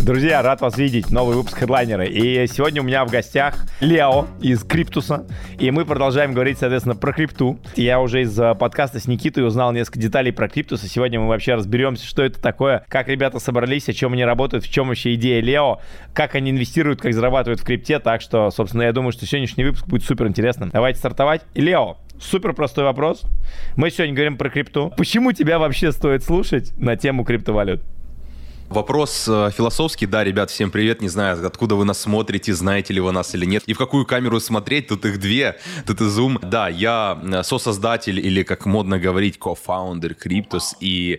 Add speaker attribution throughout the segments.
Speaker 1: Друзья, рад вас видеть. Новый выпуск Headliner. И сегодня у меня в гостях Лео из Криптуса. И мы продолжаем говорить, соответственно, про крипту. Я уже из подкаста с Никитой узнал несколько деталей про Криптус. И сегодня мы вообще разберемся, что это такое, как ребята собрались, о чем они работают, в чем вообще идея Лео, как они инвестируют, как зарабатывают в крипте. Так что, собственно, я думаю, что сегодняшний выпуск будет супер интересным. Давайте стартовать. И, Лео, супер простой вопрос. Мы сегодня говорим про крипту. Почему тебя вообще стоит слушать на тему криптовалют?
Speaker 2: Вопрос философский. Да, ребят, всем привет. Не знаю, откуда вы нас смотрите, знаете ли вы нас или нет. И в какую камеру смотреть, тут их две, тут и Zoom. Да, я сосоздатель, или, как модно говорить, co-founder Криптус и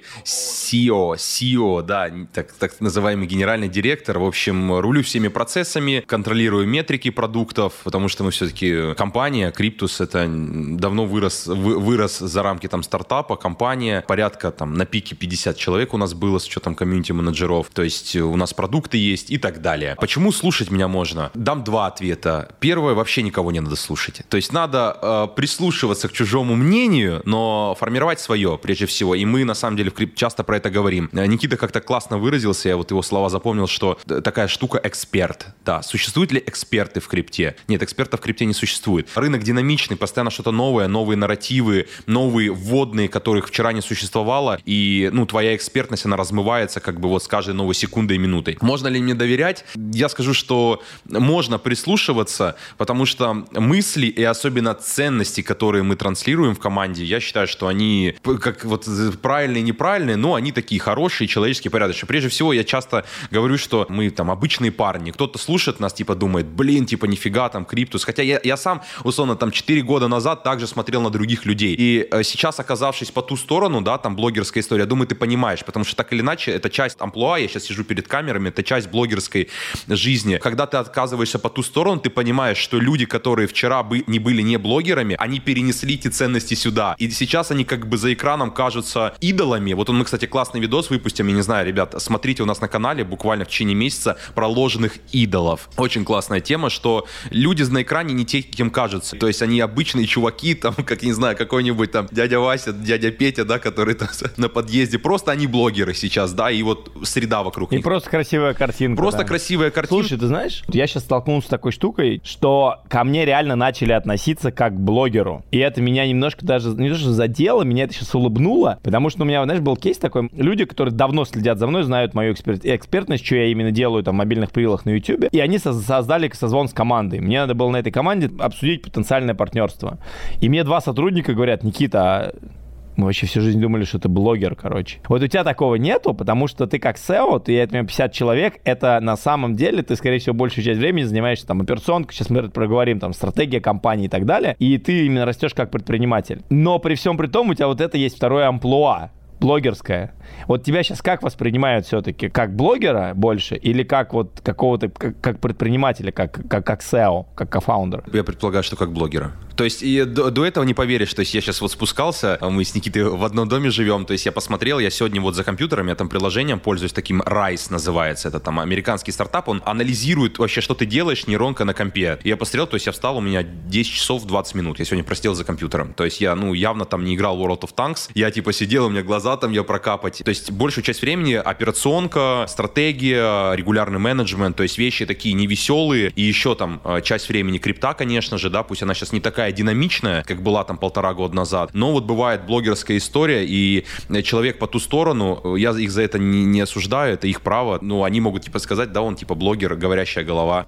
Speaker 2: CEO, да, так называемый генеральный директор. В общем, рулю всеми процессами, контролирую метрики продуктов, потому что мы все-таки компания. Криптус это давно вырос за рамки там стартапа. Компания порядка там на пике 50 человек у нас было с учетом комьюнити-менеджеров. То есть у нас продукты есть и так далее. Почему слушать меня можно? Дам два ответа. Первое, вообще никого не надо слушать. То есть надо прислушиваться к чужому мнению, но формировать свое прежде всего. И мы на самом деле часто про это говорим. Никита как-то классно выразился, я вот его слова запомнил, что такая штука эксперт. Да, существуют ли эксперты в крипте? Нет, экспертов в крипте не существует. Рынок динамичный, постоянно что-то новое, новые нарративы, новые вводные, которых вчера не существовало. И, твоя экспертность, она размывается как бы вот с каждой новой секундой и минутой. Можно ли мне доверять? Я скажу, что можно прислушиваться, потому что мысли и особенно ценности, которые мы транслируем в команде, я считаю, что они как вот правильные и неправильные, но они такие хорошие, человеческие, порядочные. Прежде всего, я часто говорю, что мы там обычные парни. Кто-то слушает нас, думает, нифига там Криптус. Хотя я сам, условно, там 4 года назад также смотрел на других людей. И сейчас, оказавшись по ту сторону, да, там блогерская история, я думаю, ты понимаешь, потому что так или иначе, это часть амплуа, я сейчас сижу перед камерами, это часть блогерской жизни. Когда ты отказываешься по ту сторону, ты понимаешь, что люди, которые вчера не были не блогерами, они перенесли эти ценности сюда. И сейчас они как бы за экраном кажутся идолами. Вот мы, кстати, классный видос выпустим, я не знаю, ребят, смотрите у нас на канале буквально в течение месяца про ложных идолов. Очень классная тема, что люди на экране не те, кем кажутся. То есть они обычные чуваки, там, как, не знаю, какой-нибудь там дядя Вася, дядя Петя, да, который там на подъезде. Просто они блогеры сейчас, да, и вот среда вокруг них.
Speaker 1: И просто красивая картинка.
Speaker 2: Просто красивая картинка.
Speaker 1: Слушай, ты знаешь, я сейчас столкнулся с такой штукой, что ко мне реально начали относиться как к блогеру. И это меня немножко даже, не то что задело, меня это сейчас улыбнуло, потому что у меня, знаешь, был кейс такой. Люди, которые давно следят за мной, знают мою экспертность, что я именно делаю там в мобильных прилах на YouTube. И они создали созвон с командой. Мне надо было на этой команде обсудить потенциальное партнерство. И мне два сотрудника говорят: Никита, мы вообще всю жизнь думали, что ты блогер, короче. Вот у тебя такого нету, потому что ты как SEO, ты, это 50 человек, это на самом деле ты, скорее всего, большую часть времени занимаешься там операционкой, сейчас мы проговорим, там, стратегия компании и так далее, и ты именно растешь как предприниматель. Но при всем при том у тебя вот это есть второе амплуа, блогерская. Вот тебя сейчас как воспринимают все-таки? Как блогера больше или как вот какого-то, как предпринимателя, как SEO, как кофаундер?
Speaker 2: Я предполагаю, что как блогера. То есть и до этого не поверишь, то есть я сейчас вот спускался, мы с Никитой в одном доме живем, то есть я посмотрел, я сегодня вот за компьютером, я там приложением пользуюсь, таким Rise называется, это там американский стартап, он анализирует вообще, что ты делаешь, нейронка на компе. И я посмотрел, то есть я встал, у меня 10 часов 20 минут, я сегодня просидел за компьютером, то есть я, явно там не играл в World of Tanks, я сидел, у меня глаза там, я прокапать, то есть большую часть времени операционка, стратегия, регулярный менеджмент, то есть вещи такие невеселые, и еще там часть времени крипта, конечно же, да, пусть она сейчас не такая динамичная, как была там 1,5 года назад, но вот бывает блогерская история, и человек по ту сторону, я их за это не осуждаю, это их право, они могут сказать, да, он блогер, говорящая голова.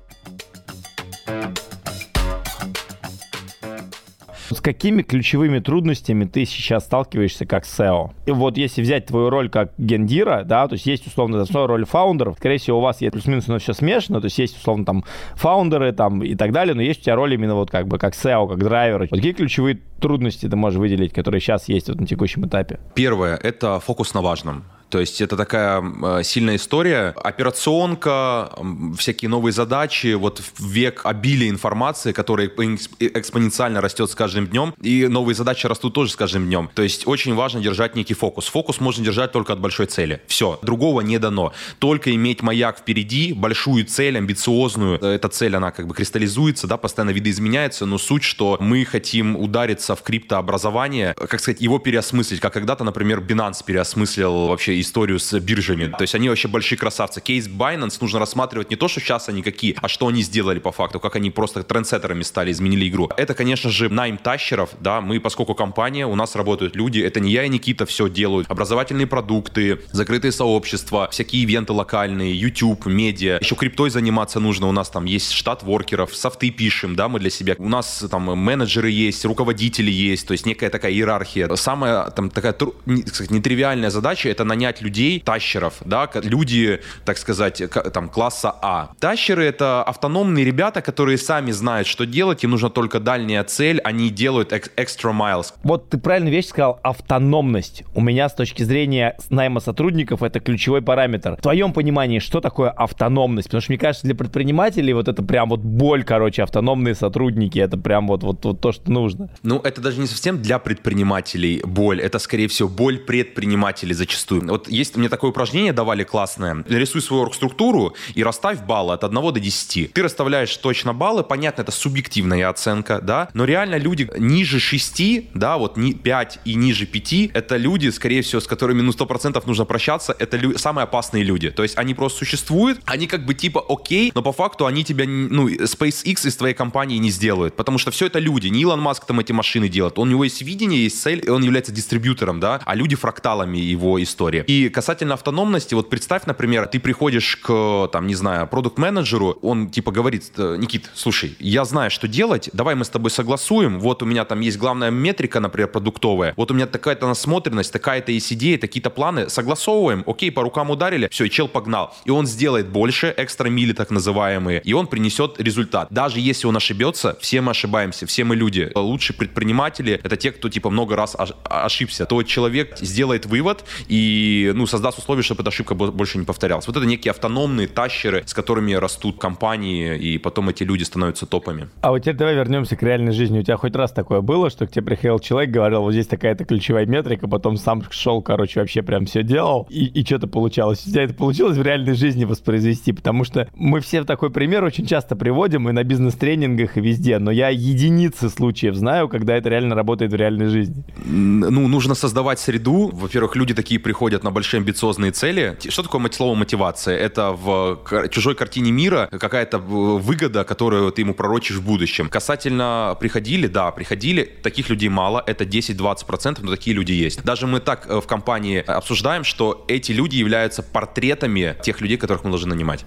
Speaker 1: С какими ключевыми трудностями ты сейчас сталкиваешься как SEO? И вот если взять твою роль как гендира, да, то есть есть условно роль фаундеров, скорее всего, у вас есть плюс-минус, но все смешано, то есть есть условно там фаундеры там и так далее, но есть у тебя роль именно вот как бы как SEO, как драйвер. Вот какие ключевые трудности ты можешь выделить, которые сейчас есть вот на текущем этапе?
Speaker 2: Первое – это фокус на важном. То есть это такая сильная история. Операционка, всякие новые задачи, вот в век обилия информации, которая экспоненциально растет с каждым днем, и новые задачи растут тоже с каждым днем. То есть очень важно держать некий фокус. Фокус можно держать только от большой цели. Все, другого не дано. Только иметь маяк впереди, большую цель, амбициозную. Эта цель, она как бы кристаллизуется, да, постоянно видоизменяется, но суть, что мы хотим удариться в криптообразование, как сказать, его переосмыслить, как когда-то, например, Binance переосмыслил вообще историю с биржами. То есть они вообще большие красавцы. Кейс Binance нужно рассматривать не то, что сейчас они какие, а что они сделали по факту, как они просто трендсеттерами стали, изменили игру. Это, конечно же, найм тащеров, да, мы, поскольку компания, у нас работают люди, это не я и Никита все делают. Образовательные продукты, закрытые сообщества, всякие ивенты локальные, YouTube, медиа. Еще криптой заниматься нужно, у нас там есть штат воркеров, софты пишем, да, мы для себя. У нас там менеджеры есть, руководители есть, то есть некая такая иерархия. Самая там такая, кстати, нетривиальная задача — это нанять людей, тащеров, да, люди, так сказать, там класса А. Тащеры — это автономные ребята, которые сами знают, что делать, им нужна только дальняя цель, они делают extra miles.
Speaker 1: Вот ты правильную вещь сказал, автономность. У меня с точки зрения найма сотрудников это ключевой параметр. В твоем понимании, что такое автономность? Потому что, мне кажется, для предпринимателей вот это прям вот боль, короче, автономные сотрудники, это прям вот то, что нужно.
Speaker 2: Ну, это даже не совсем для предпринимателей боль, это, скорее всего, боль предпринимателей зачастую. Вот есть, мне такое упражнение давали классное. Нарисуй свою оргструктуру и расставь баллы от 1 до 10. Ты расставляешь точно баллы, понятно, это субъективная оценка, да, но реально люди ниже 6, да, вот 5 и ниже 5, это люди, скорее всего, с которыми, 100% нужно прощаться, это самые опасные люди. То есть они просто существуют, они как бы типа окей, но по факту они тебя, SpaceX из твоей компании не сделают, потому что все это люди, не Илон Маск там эти машины делает, у него есть видение, есть цель, и он является дистрибьютором, да, а люди фракталами его истории. И касательно автономности, вот представь, например, ты приходишь к, там, не знаю, продукт-менеджеру, он типа говорит: Никит, слушай, я знаю, что делать, давай мы с тобой согласуем, вот у меня там есть главная метрика, например, продуктовая, вот у меня такая-то насмотренность, такая-то есть идея, такие-то планы, согласовываем, окей, по рукам ударили, все, и чел погнал. И он сделает больше, экстра мили так называемые, и он принесет результат. Даже если он ошибется, все мы ошибаемся, все мы люди. Лучшие предприниматели — это те, кто типа много раз ошибся. То человек сделает вывод и, создаст условия, чтобы эта ошибка больше не повторялась. Вот это некие автономные тащеры, с которыми растут компании, и потом эти люди становятся топами.
Speaker 1: А вот теперь давай вернемся к реальной жизни. У тебя хоть раз такое было, что к тебе приходил человек, говорил: вот здесь такая-то ключевая метрика, потом сам шел, вообще прям все делал, и что-то получалось. У тебя это получилось в реальной жизни воспроизвести? Потому что мы все такой пример очень часто приводим и на бизнес-тренингах, и везде, но я единицы случаев знаю, когда это реально работает в реальной жизни.
Speaker 2: Нужно создавать среду. Во-первых, люди такие приходят на большие амбициозные цели. Что такое слово мотивация? Это в чужой картине мира какая-то выгода, которую ты ему пророчишь в будущем. Касательно приходили, таких людей мало, это 10-20%, но такие люди есть. Даже мы так в компании обсуждаем, что эти люди являются портретами тех людей, которых мы должны нанимать.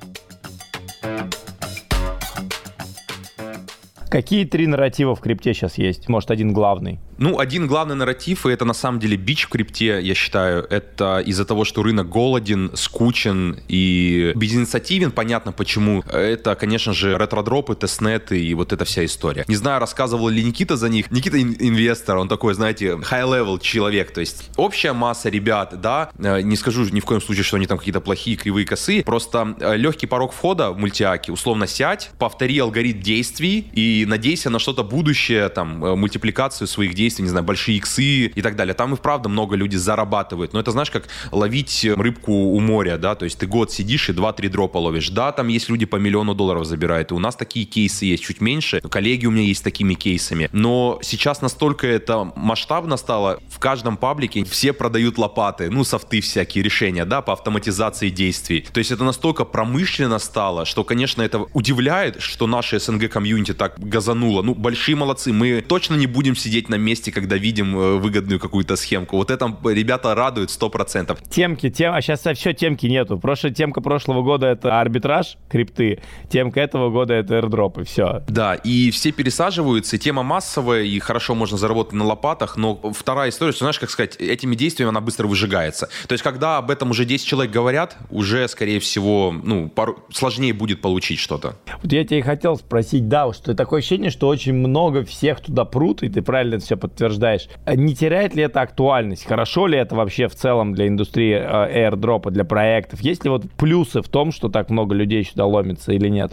Speaker 1: Какие 3 нарратива в крипте сейчас есть? Может, один главный?
Speaker 2: Один главный нарратив, и это на самом деле бич в крипте, я считаю, это из-за того, что рынок голоден, скучен и безинициативен, понятно почему. Это, конечно же, ретродропы, тестнеты и вот эта вся история. Не знаю, рассказывал ли Никита за них. Никита инвестор, он такой, знаете, high-level человек, то есть общая масса ребят, да, не скажу ни в коем случае, что они там какие-то плохие, кривые, косые, просто легкий порог входа в мультиаки, условно сядь, повтори алгоритм действий и надейся на что-то будущее, там, мультипликацию своих действий, не знаю, большие иксы и так далее. Там и вправду много людей зарабатывают. Но это, знаешь, как ловить рыбку у моря, да, то есть ты год сидишь и 2-3 дропа ловишь. Да, там есть люди по $1 миллион забирают, и у нас такие кейсы есть, чуть меньше. Коллеги у меня есть с такими кейсами. Но сейчас настолько это масштабно стало, в каждом паблике все продают лопаты, софты всякие, решения, да, по автоматизации действий. То есть это настолько промышленно стало, что, конечно, это удивляет, что наше СНГ-комьюнити так газануло. Большие молодцы, мы точно не будем сидеть на месте, когда видим выгодную какую-то схемку. Вот это ребята радуют 100%.
Speaker 1: Темки, а сейчас все темки нету. Темка прошлого года — это арбитраж крипты, темка этого года — это airdrop, и все.
Speaker 2: Да, и все пересаживаются, и тема массовая, и хорошо можно заработать на лопатах, но вторая история, что, знаешь, как сказать, этими действиями она быстро выжигается. То есть, когда об этом уже 10 человек говорят, уже, скорее всего, сложнее будет получить что-то.
Speaker 1: Вот я тебя и хотел спросить, да, что такое ощущение, что очень много всех туда прут, и ты правильно это все подтверждаешь. Не теряет ли это актуальность? Хорошо ли это вообще в целом для индустрии airdropа, для проектов? Есть ли вот плюсы в том, что так много людей сюда ломится, или нету?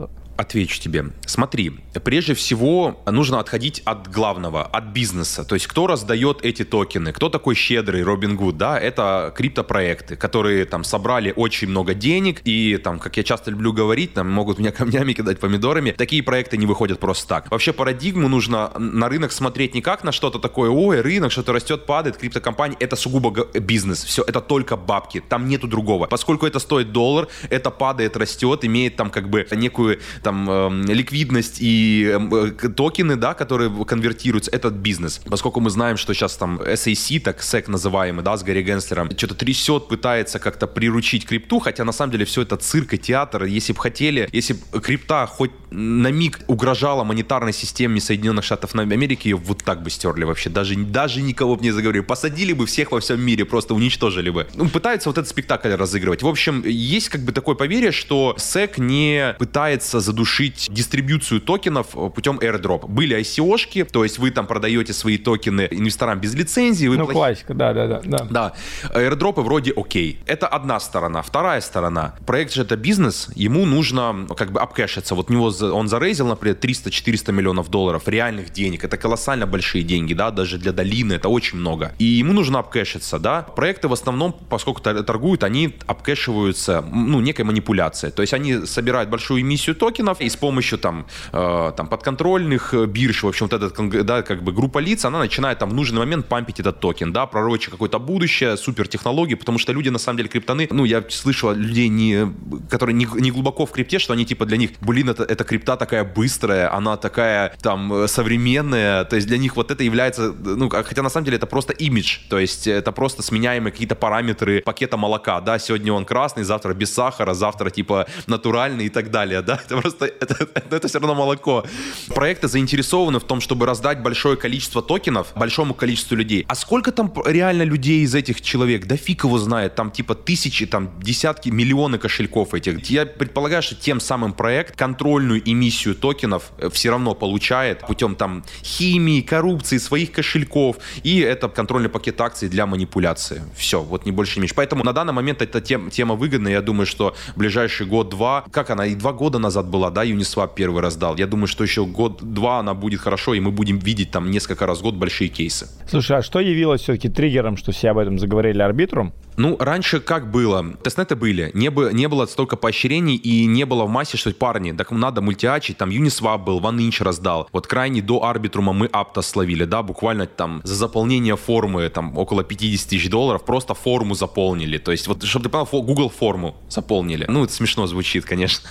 Speaker 2: отвечу тебе. Смотри, прежде всего нужно отходить от главного, от бизнеса. То есть кто раздает эти токены, кто такой щедрый Robinhood, да, это криптопроекты, которые там собрали очень много денег и там, как я часто люблю говорить, там могут меня камнями кидать, помидорами. Такие проекты не выходят просто так. Вообще парадигму нужно на рынок смотреть не как на что-то такое, ой, рынок, что-то растет, падает, криптокомпания, это сугубо бизнес, все, это только бабки, там нету другого. Поскольку это стоит $1, это падает, растет, имеет там как бы некую там ликвидность и токены, да, которые конвертируются, это бизнес. Поскольку мы знаем, что сейчас там SEC, так SEC называемый, да, с Гарри Генслером, что-то трясет, пытается как-то приручить крипту, хотя на самом деле все это цирк и театр. Если бы хотели, если бы крипта хоть на миг угрожала монетарной системе Соединенных Штатов Америки, ее вот так бы стерли вообще, даже никого бы не заговорили, посадили бы всех во всем мире, просто уничтожили бы. Ну, пытаются вот этот спектакль разыгрывать. В общем, есть как бы такое поверье, что SEC не пытается задушить дистрибьюцию токенов путем airdrop. Были ICO-шки, то есть вы там продаете свои токены инвесторам без лицензии. Вы
Speaker 1: классика, да.
Speaker 2: Да, airdropы вроде окей. Это одна сторона. Вторая сторона. Проект же это бизнес, ему нужно как бы обкэшиться. Вот у него он зарейзил, например, $300-400 миллионов реальных денег. Это колоссально большие деньги, да, даже для долины это очень много. И ему нужно обкэшиться, да. Проекты в основном, поскольку торгуют, они обкэшиваются, ну, некой манипуляцией. То есть они собирают большую эмиссию токенов и с помощью там подконтрольных бирж, в общем, вот эта, да, как бы группа лиц, она начинает там в нужный момент пампить этот токен, да, пророчить какое-то будущее, супертехнологии, потому что люди, на самом деле, криптоны, ну, я слышал людей, которые не глубоко в крипте, что они типа для них, блин, эта крипта такая быстрая, она такая там современная, то есть для них вот это является, ну, хотя на самом деле это просто имидж, то есть это просто сменяемые какие-то параметры пакета молока, да, сегодня он красный, завтра без сахара, завтра типа натуральный и так далее, да, это просто, это все равно молоко. Проекты заинтересованы в том, чтобы раздать большое количество токенов большому количеству людей. А сколько там реально людей из этих человек? Да фиг его знает, там типа тысячи, там десятки, миллионы кошельков этих. Я предполагаю, что тем самым проект контрольную эмиссию токенов все равно получает путем там химии, коррупции, своих кошельков, и это контрольный пакет акций для манипуляции. Все, вот не больше, не меньше. Поэтому на данный момент эта тема выгодная. Я думаю, что в ближайший год-два, как она и 2 года назад была, да, Uniswap первый раз дал. Я думаю, что еще год-два она будет хорошо, и мы будем видеть там несколько раз в год большие кейсы.
Speaker 1: Слушай, а что явилось все-таки триггером, что все об этом заговорили Arbitrum?
Speaker 2: Ну, раньше как было? Тестнеты были. Не было столько поощрений и не было в массе, что парни, так надо мультиачить. Там Uniswap был, OneInch раздал. Вот крайне до Arbitrum мы Aptos словили, да, буквально там за заполнение формы там около $50 000 просто форму заполнили. То есть вот, чтобы ты понял, Google форму заполнили. Ну, это смешно звучит, конечно.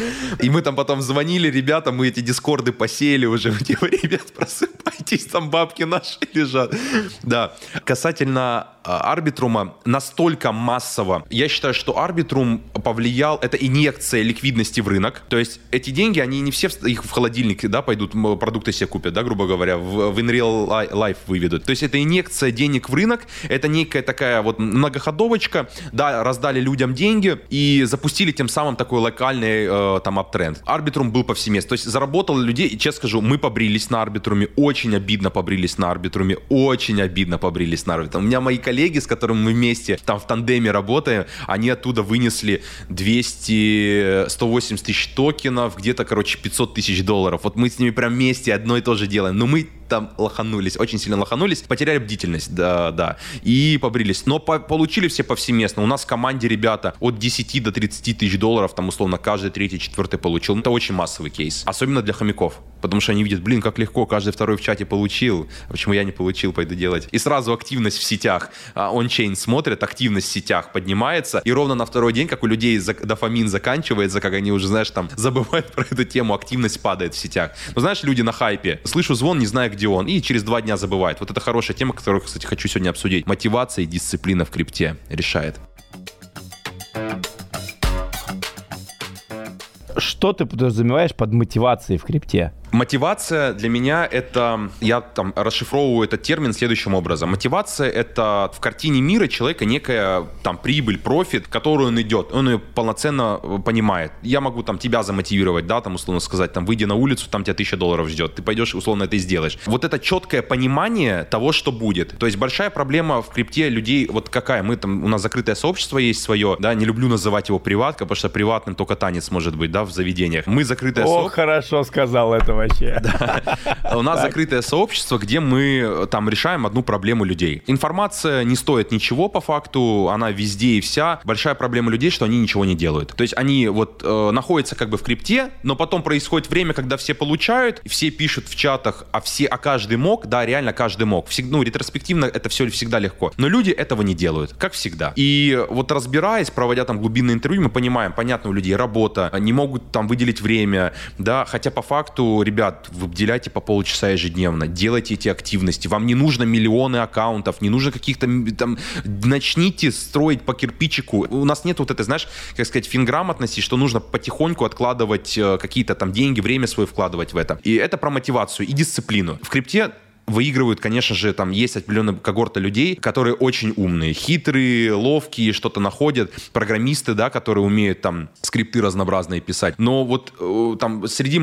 Speaker 2: И мы там потом звонили ребятам, мы эти дискорды посеяли уже. Типа, ребят, просыпайтесь, там бабки наши лежат. Да. Касательно Арбитрума, настолько массово. Я считаю, что Arbitrum повлиял, это инъекция ликвидности в рынок. То есть эти деньги, они не все их в холодильник, да, пойдут, продукты себе купят, да, грубо говоря, в in real life выведут. То есть это инъекция денег в рынок, это некая такая вот многоходовочка, да, раздали людям деньги и запустили тем самым такой локальный там аптренд. Arbitrum был повсеместно. То есть заработало людей, и честно скажу, мы побрились на Arbitrum, очень обидно побрились на Arbitrum, очень обидно побрились на Arbitrum. У меня мои коллеги, с которыми мы вместе там в тандеме работаем, они оттуда вынесли 180 тысяч токенов, где-то, короче, $500 000. Вот мы с ними прям вместе одно и то же делаем. Но мы там лоханулись, очень сильно лоханулись, потеряли бдительность, да, и побрились. Но получили все повсеместно. У нас в команде ребята от 10 до 30 тысяч $, там, условно, каждый третий, четвертый получил. Это очень массовый кейс. Особенно для хомяков. Потому что они видят, блин, как легко, каждый второй в чате получил. Почему я не получил, пойду делать. И сразу активность в сетях. Он-чейн смотрят, активность в сетях поднимается. И ровно на второй день, как у людей дофамин заканчивается, как они уже, знаешь, там, забывают про эту тему, активность падает в сетях. Но знаешь, люди на хайпе. Слышу звон, не знаю, где он. И через 2 дня забывает. Вот это хорошая тема, которую, кстати, хочу сегодня обсудить. Мотивация и дисциплина в крипте решает.
Speaker 1: Что ты подразумеваешь под мотивацией в крипте?
Speaker 2: Мотивация для меня это, я там расшифровываю этот термин следующим образом. Мотивация это в картине мира человека некая там прибыль, профит, которую он идет, он ее полноценно понимает. Я могу там тебя замотивировать, да, там условно сказать, там выйди на улицу, там тебя $1000 ждет, ты пойдешь условно это и сделаешь. Вот это четкое понимание того, что будет. То есть большая проблема в крипте людей, вот какая, мы там, у нас закрытое сообщество есть свое, да, не люблю называть его приватка, потому что приватным только танец может быть, да, в заведениях. Мы закрытое сообщество.
Speaker 1: О, хорошо сказал это вообще.
Speaker 2: У нас закрытое сообщество, где мы там решаем одну проблему людей. Информация не стоит ничего по факту, она везде и вся. Большая проблема людей, что они ничего не делают. То есть они вот находятся как бы в крипте, но потом происходит время, когда все получают, все пишут в чатах, а каждый мог, да, реально каждый мог. Ну, ретроспективно это все всегда легко. Но люди этого не делают, как всегда. И вот разбираясь, проводя там глубинное интервью, мы понимаем, понятно, у людей работа, не могут там выделить время, да, хотя по факту, ребят, вы выделяйте по полчаса ежедневно, делайте эти активности, вам не нужно миллионы аккаунтов, не нужно каких-то там, начните строить по кирпичику. У нас нет вот этой, знаешь, как сказать, финграмотности, что нужно потихоньку откладывать какие-то там деньги, время свое вкладывать в это. И это про мотивацию и дисциплину. В крипте выигрывают, конечно же, там есть определенная когорта людей, которые очень умные, хитрые, ловкие, что-то находят, программисты, да, которые умеют там скрипты разнообразные писать. Но вот там среди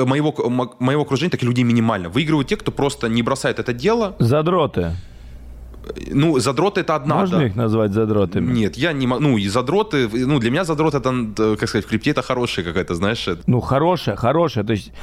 Speaker 2: моего окружения таких людей минимально. Выигрывают те, кто просто не бросает это дело.
Speaker 1: Задроты.
Speaker 2: Ну, задроты это одна.
Speaker 1: Можно
Speaker 2: да.
Speaker 1: их назвать задротами?
Speaker 2: Нет, я не могу. Ну, и задроты, ну, для меня задрот это, как сказать, в крипте это хорошая какая-то, знаешь.
Speaker 1: Ну, хорошая. То есть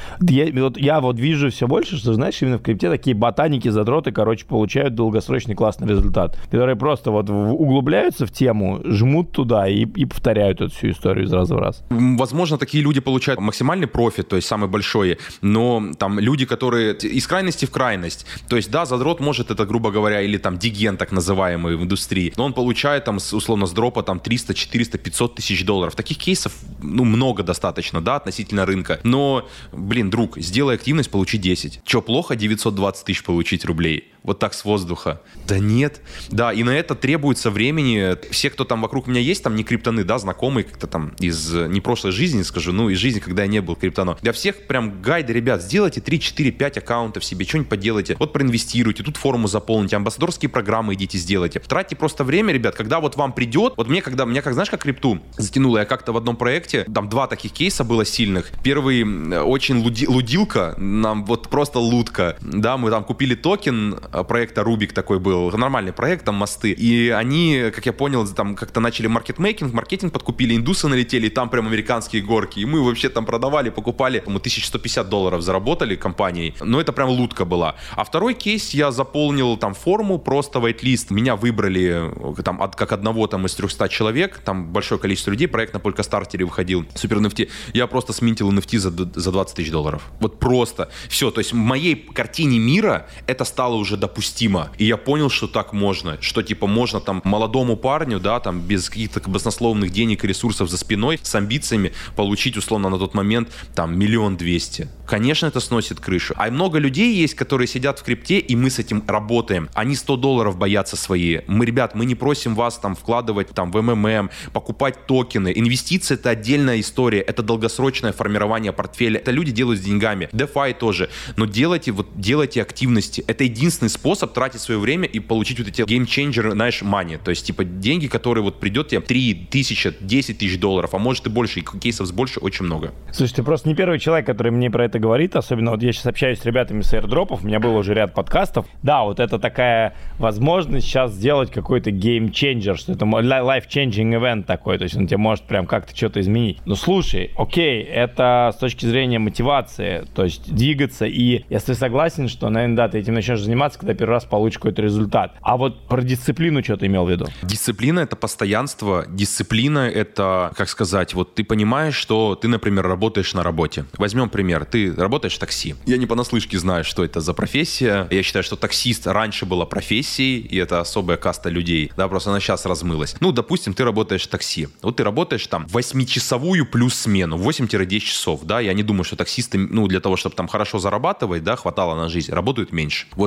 Speaker 1: я вот вижу все больше, что, знаешь, именно в крипте такие ботаники-задроты, короче, получают долгосрочный классный результат, которые просто вот углубляются в тему, жмут туда и повторяют эту всю историю из раза в раз.
Speaker 2: Возможно, такие люди получают максимальный профит, то есть самый большой, но там люди, которые из крайности в крайность. То есть, да, задрот может это, грубо говоря, или там диген, так называемый в индустрии, но он получает там, условно, с дропа там 300, 400, 500 тысяч долларов. Таких кейсов, ну, много достаточно, да, относительно рынка. Но, блин, друг, сделай активность, получи 10. Че, плохо 920 тысяч получить рублей? Вот так с воздуха? Да нет. Да, и на это требуется времени. Все, кто там вокруг меня есть, там не криптоны, да, знакомые как-то там из не прошлой жизни, скажу, ну, из жизни, когда я не был криптоном. Для всех прям гайды, ребят, сделайте 3, 4, 5 аккаунтов себе, что-нибудь поделайте. Вот проинвестируйте, тут форму заполните, амбассадорские программы идите сделайте. Тратьте просто время, ребят, когда вот вам придет, вот меня как, знаешь, как крипту затянуло, я как-то в одном проекте, там 2 таких кейса было сильных. Первый очень лудилка, нам вот просто лутка, да, мы там купили токен проекта Рубик такой был, нормальный проект, там мосты, и они, как я понял, там как-то начали маркетинг подкупили, индусы налетели, и там прям американские горки, и мы вообще там продавали, покупали, мы $1150 заработали компанией, но это прям лутка была. А второй кейс я заполнил там форму, просто whitelist, меня выбрали там как одного там из 300 человек, там большое количество людей, проект на Polkastarter выходил, супер NFT, я просто сминтил NFT за $20 тысяч. Вот просто. Все, то есть в моей картине мира это стало уже допустимо. И я понял, что так можно. Что типа можно там молодому парню, да, там без каких-то баснословных денег и ресурсов за спиной, с амбициями получить условно на тот момент там 1 200 000. Конечно, это сносит крышу. А много людей есть, которые сидят в крипте, и мы с этим работаем. Они $100 боятся свои. Ребят, мы не просим вас там вкладывать там в МММ, покупать токены. Инвестиции — это отдельная история. Это долгосрочное формирование портфеля. Это люди делают с деньгами. DeFi тоже. Но делайте активности. Это единственный способ тратить свое время и получить вот эти геймченджеры, знаешь, money. То есть, типа, деньги, которые вот придет тебе 3 тысячи, 10 тысяч долларов, а может и больше. И кейсов с больше очень много.
Speaker 1: Слушай, ты просто не первый человек, который мне про это говорит. Особенно вот я сейчас общаюсь с ребятами с airdropов. У меня был уже ряд подкастов. Да, вот это такая возможность сейчас сделать какой-то геймченджер, что это life-changing event такой. То есть он тебе может прям как-то что-то изменить. Ну, слушай, окей, это с точки зрения мотивации. То есть двигаться. И если согласен, что, наверное, да, ты этим начнешь заниматься, когда первый раз получишь какой-то результат. А вот про дисциплину что ты имел в виду?
Speaker 2: Дисциплина — это постоянство. Дисциплина — это, как сказать, вот ты понимаешь, что ты, например, работаешь на работе. Возьмем пример. Ты работаешь в такси. Я не понаслышке знаю, что это за профессия. Я считаю, что таксист раньше была профессией, и это особая каста людей. Да, просто она сейчас размылась. Ну, допустим, ты работаешь в такси. Вот ты работаешь там 8-часовую плюс смену, 8-10 часов, да. Я не думаю, что таксисты, ну, для того, чтобы там хорошо зарабатывать, да, хватало на жизнь, работают меньше. Вот, значит,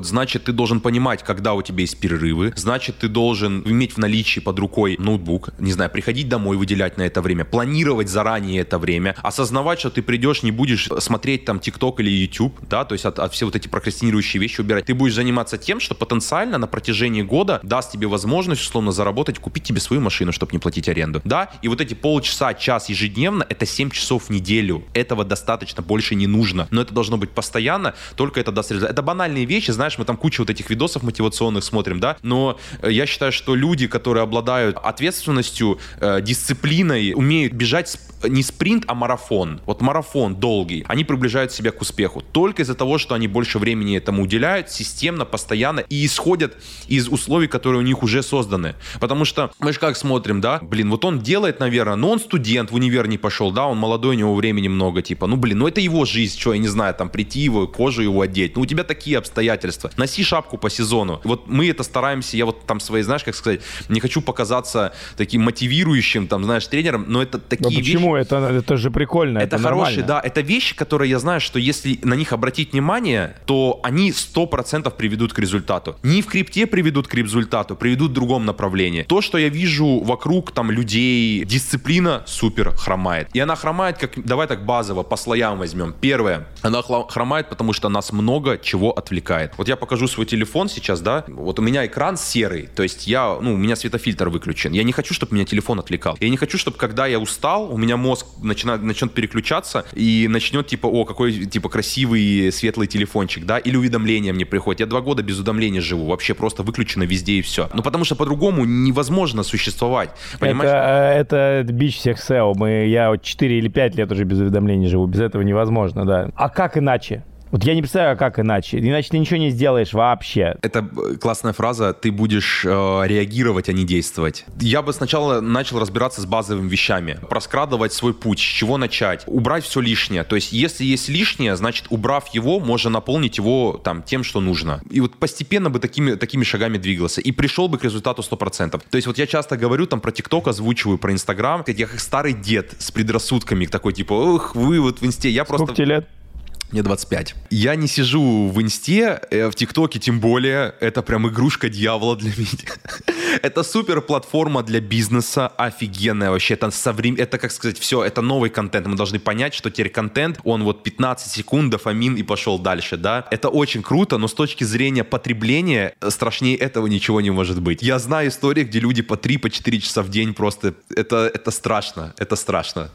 Speaker 2: Значит, ты должен понимать, когда у тебя есть перерывы. Значит, ты должен иметь в наличии под рукой ноутбук. Не знаю, приходить домой, выделять на это время. Планировать заранее это время. Осознавать, что ты придешь, не будешь смотреть там TikTok или YouTube, да, то есть от все вот эти прокрастинирующие вещи убирать. Ты будешь заниматься тем, что потенциально на протяжении года даст тебе возможность, условно, заработать, купить тебе свою машину, чтобы не платить аренду, да. И вот эти полчаса, час ежедневно, это 7 часов в неделю. Этого достаточно, больше не нужно. Но это должно быть постоянно, только это даст результат. Это банальные вещи, знаешь, мы там кучу вот этих видосов мотивационных смотрим, да, но я считаю, что люди, которые обладают ответственностью, дисциплиной, умеют бежать не спринт, а марафон. Вот марафон долгий. Они приближают себя к успеху. Только из-за того, что они больше времени этому уделяют, системно, постоянно, и исходят из условий, которые у них уже созданы. Потому что мы же как смотрим, да, вот он делает, наверное, но он студент, в универ не пошел, да, он молодой, у него времени много, типа, это его жизнь, что, я не знаю, там, прийти его, кожу его одеть. У тебя такие обстоятельства. Носи шапку по сезону. Вот мы это стараемся, я вот там свои, знаешь, как сказать, не хочу показаться таким мотивирующим, там, знаешь, тренером, но это такие вещи.
Speaker 1: Почему? Это же прикольно.
Speaker 2: Это хорошие, да, это вещи, которые я знаю, что если на них обратить внимание, то они 100% приведут к результату. Не в крипте приведут к результату, приведут в другом направлении. То, что я вижу вокруг там людей, дисциплина супер хромает. И она хромает, давай так базово, по слоям возьмем. Первое, она хромает, потому что нас много чего отвлекает. Вот я покажу свой телефон сейчас, да, вот у меня экран серый, то есть у меня светофильтр выключен. Я не хочу, чтобы меня телефон отвлекал. Я не хочу, чтобы когда я устал, у меня мозг начнет переключаться и начнет какой красивый светлый телефончик, да, или уведомления мне приходят. Я 2 года без уведомлений живу, вообще просто выключено везде и все. Потому что по-другому невозможно существовать. Понимаешь?
Speaker 1: Это бич всех SEO. Я 4 или 5 лет уже без уведомлений живу, без этого невозможно, да. А как иначе? Вот я не представляю, как иначе. Иначе ты ничего не сделаешь вообще.
Speaker 2: Это классная фраза. Ты будешь реагировать, а не действовать. Я бы сначала начал разбираться с базовыми вещами. Проскрадывать свой путь. С чего начать? Убрать все лишнее. То есть, если есть лишнее, значит, убрав его, можно наполнить его тем, что нужно. И вот постепенно бы такими шагами двигался. И пришел бы к результату 100%. То есть, вот я часто говорю там про TikTok, озвучиваю, про Instagram. Я как старый дед с предрассудками. Такой вы вот в инсте.
Speaker 1: Сколько тебе лет?
Speaker 2: Мне 25. Я не сижу в инсте, в ТикТоке тем более. Это прям игрушка дьявола для меня. Это супер платформа для бизнеса, офигенная вообще. Это, как сказать, все, это новый контент. Мы должны понять, что теперь контент, он 15 секунд, дофамин и пошел дальше, да. Это очень круто, но с точки зрения потребления страшнее этого ничего не может быть. Я знаю истории, где люди по 3-4 часа в день просто... Это страшно, это страшно.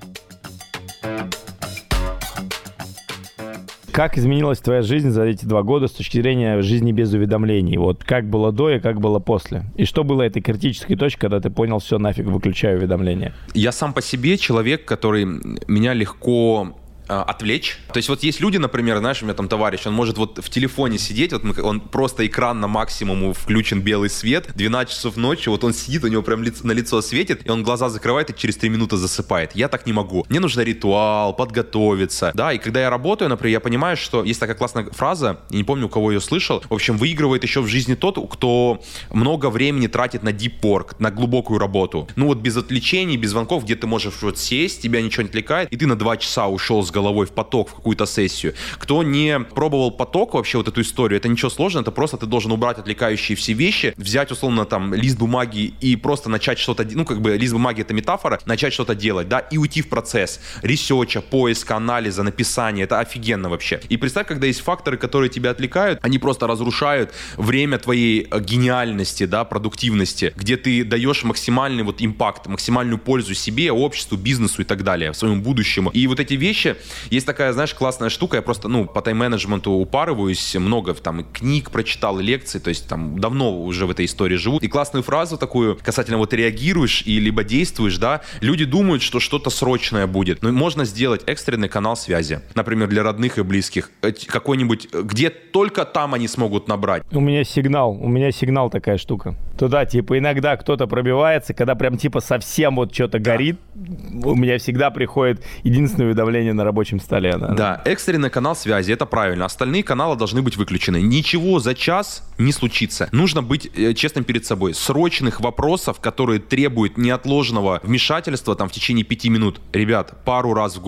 Speaker 1: Как изменилась твоя жизнь за эти 2 года с точки зрения жизни без уведомлений? Вот как было до и как было после? И что было этой критической точкой, когда ты понял, все, нафиг, выключаю уведомления?
Speaker 2: Я сам по себе человек, который меня легко отвлечь. То есть вот есть люди, например, знаешь, у меня там товарищ, он может вот в телефоне сидеть, он просто экран на максимум, включен белый свет, 12 часов ночи, вот он сидит, у него прям на лицо светит, и он глаза закрывает и через 3 минуты засыпает. Я так не могу. Мне нужно ритуал, подготовиться, да, и когда я работаю, например, я понимаю, что есть такая классная фраза, я не помню, у кого ее слышал, в общем, выигрывает еще в жизни тот, кто много времени тратит на deep work, на глубокую работу. Без отвлечений, без звонков, где ты можешь сесть, тебя ничего не отвлекает, и ты на 2 часа ушел с головой в поток, в какую-то сессию. Кто не пробовал поток, вообще вот эту историю, это ничего сложного, это просто ты должен убрать отвлекающие все вещи, взять, условно, лист бумаги и просто начать что-то, лист бумаги это метафора, начать что-то делать, да, и уйти в процесс ресерча, поиска, анализа, написания, это офигенно вообще. И представь, когда есть факторы, которые тебя отвлекают, они просто разрушают время твоей гениальности, да, продуктивности, где ты даешь максимальный импакт, максимальную пользу себе, обществу, бизнесу и так далее, своему будущему. И вот эти вещи, есть такая, знаешь, классная штука, я просто, по тайм-менеджменту упарываюсь, много книг прочитал, лекций, то есть давно уже в этой истории живу. И классную фразу такую касательно реагируешь и либо действуешь, да, люди думают, что что-то срочное будет, но можно сделать экстренный канал связи, например, для родных и близких, какой-нибудь, где только там они смогут набрать.
Speaker 1: У меня сигнал такая штука. Туда, иногда кто-то пробивается, когда прям, совсем что-то горит, у меня всегда приходит единственное уведомление на рабочем столе.
Speaker 2: Да, экстренный канал связи, это правильно. Остальные каналы должны быть выключены. Ничего за час не случится. Нужно быть честным перед собой. Срочных вопросов, которые требуют неотложного вмешательства в течение 5 минут. Ребят, пару раз в год.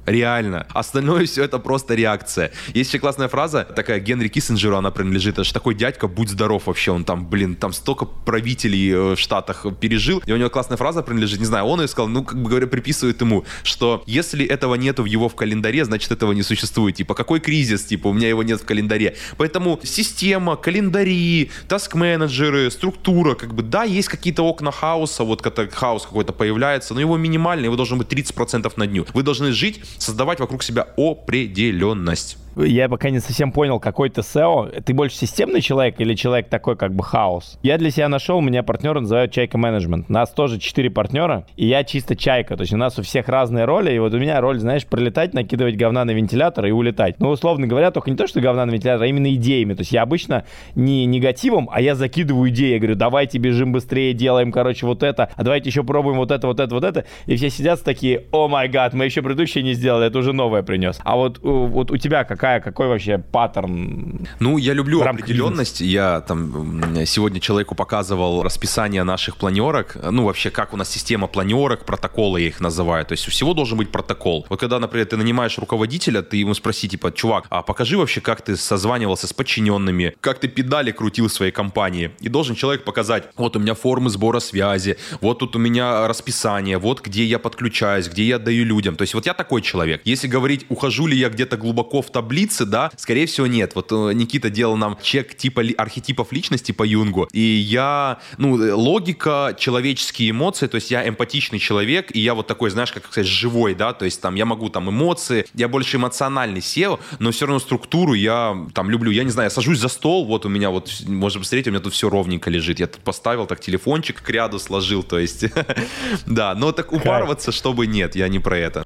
Speaker 2: Реально. Остальное все это просто реакция. Есть еще классная фраза, такая Генри Киссинджеру она принадлежит. Это же такой дядька, будь здоров вообще. Он там, там столько правителей в Штатах пережил. И у него классная фраза принадлежит. Не знаю, он ее сказал, как бы говоря, приписывает ему, что если этого нету в календаре, значит этого не существует. Типа, какой кризис? Типа, у меня его нет в календаре. Поэтому система, календари, таск-менеджеры, структура, как бы, да, есть какие-то окна хаоса, вот когда хаос какой-то появляется, но его минимальный, его должен быть 30% на дню. Вы должны жить, создавать вокруг себя определенность.
Speaker 1: Я пока не совсем понял, какой ты SEO. Ты больше системный человек или человек такой, как бы, хаос? Я для себя нашел, меня партнеры называют Чайка Менеджмент. Нас тоже 4 партнера, и я чисто Чайка. То есть у нас у всех разные роли, и вот у меня роль, знаешь, пролетать, накидывать говна на вентилятор и улетать. Ну, условно говоря, только не то, что говна на вентилятор, а именно идеями. То есть я обычно не негативом, а я закидываю идеи. Я говорю, давайте бежим быстрее, делаем, короче, вот это, а давайте еще пробуем вот это. И все сидят такие, о май гад, мы еще предыдущее не сделали, это уже новое принес. А вот у тебя какой вообще паттерн?
Speaker 2: Ну, я люблю определенность. Я там сегодня человеку показывал расписание наших планерок. Ну, вообще, как у нас система планерок, протоколы я их называю. То есть у всего должен быть протокол. Вот когда, например, ты нанимаешь руководителя, ты ему спроси, типа, чувак, а покажи вообще, как ты созванивался с подчиненными, как ты педали крутил в своей компании. И должен человек показать, вот у меня формы сбора связи, вот тут у меня расписание, вот где я подключаюсь, где я даю людям. То есть вот я такой человек. Если говорить, ухожу ли я где-то глубоко в таблице, да, скорее всего, нет. Вот Никита делал нам чек типа архетипов личности по Юнгу, и я, логика, человеческие эмоции, то есть я эмпатичный человек, и я вот такой, знаешь, как сказать, живой, да, то есть там я могу там эмоции, я больше эмоциональный SEO, но все равно структуру я там люблю. Я не знаю, я сажусь за стол, вот у меня вот, можно посмотреть, у меня тут все ровненько лежит. Я тут поставил так телефончик к ряду сложил, то есть, да, но так упарываться, чтобы нет, я не про это.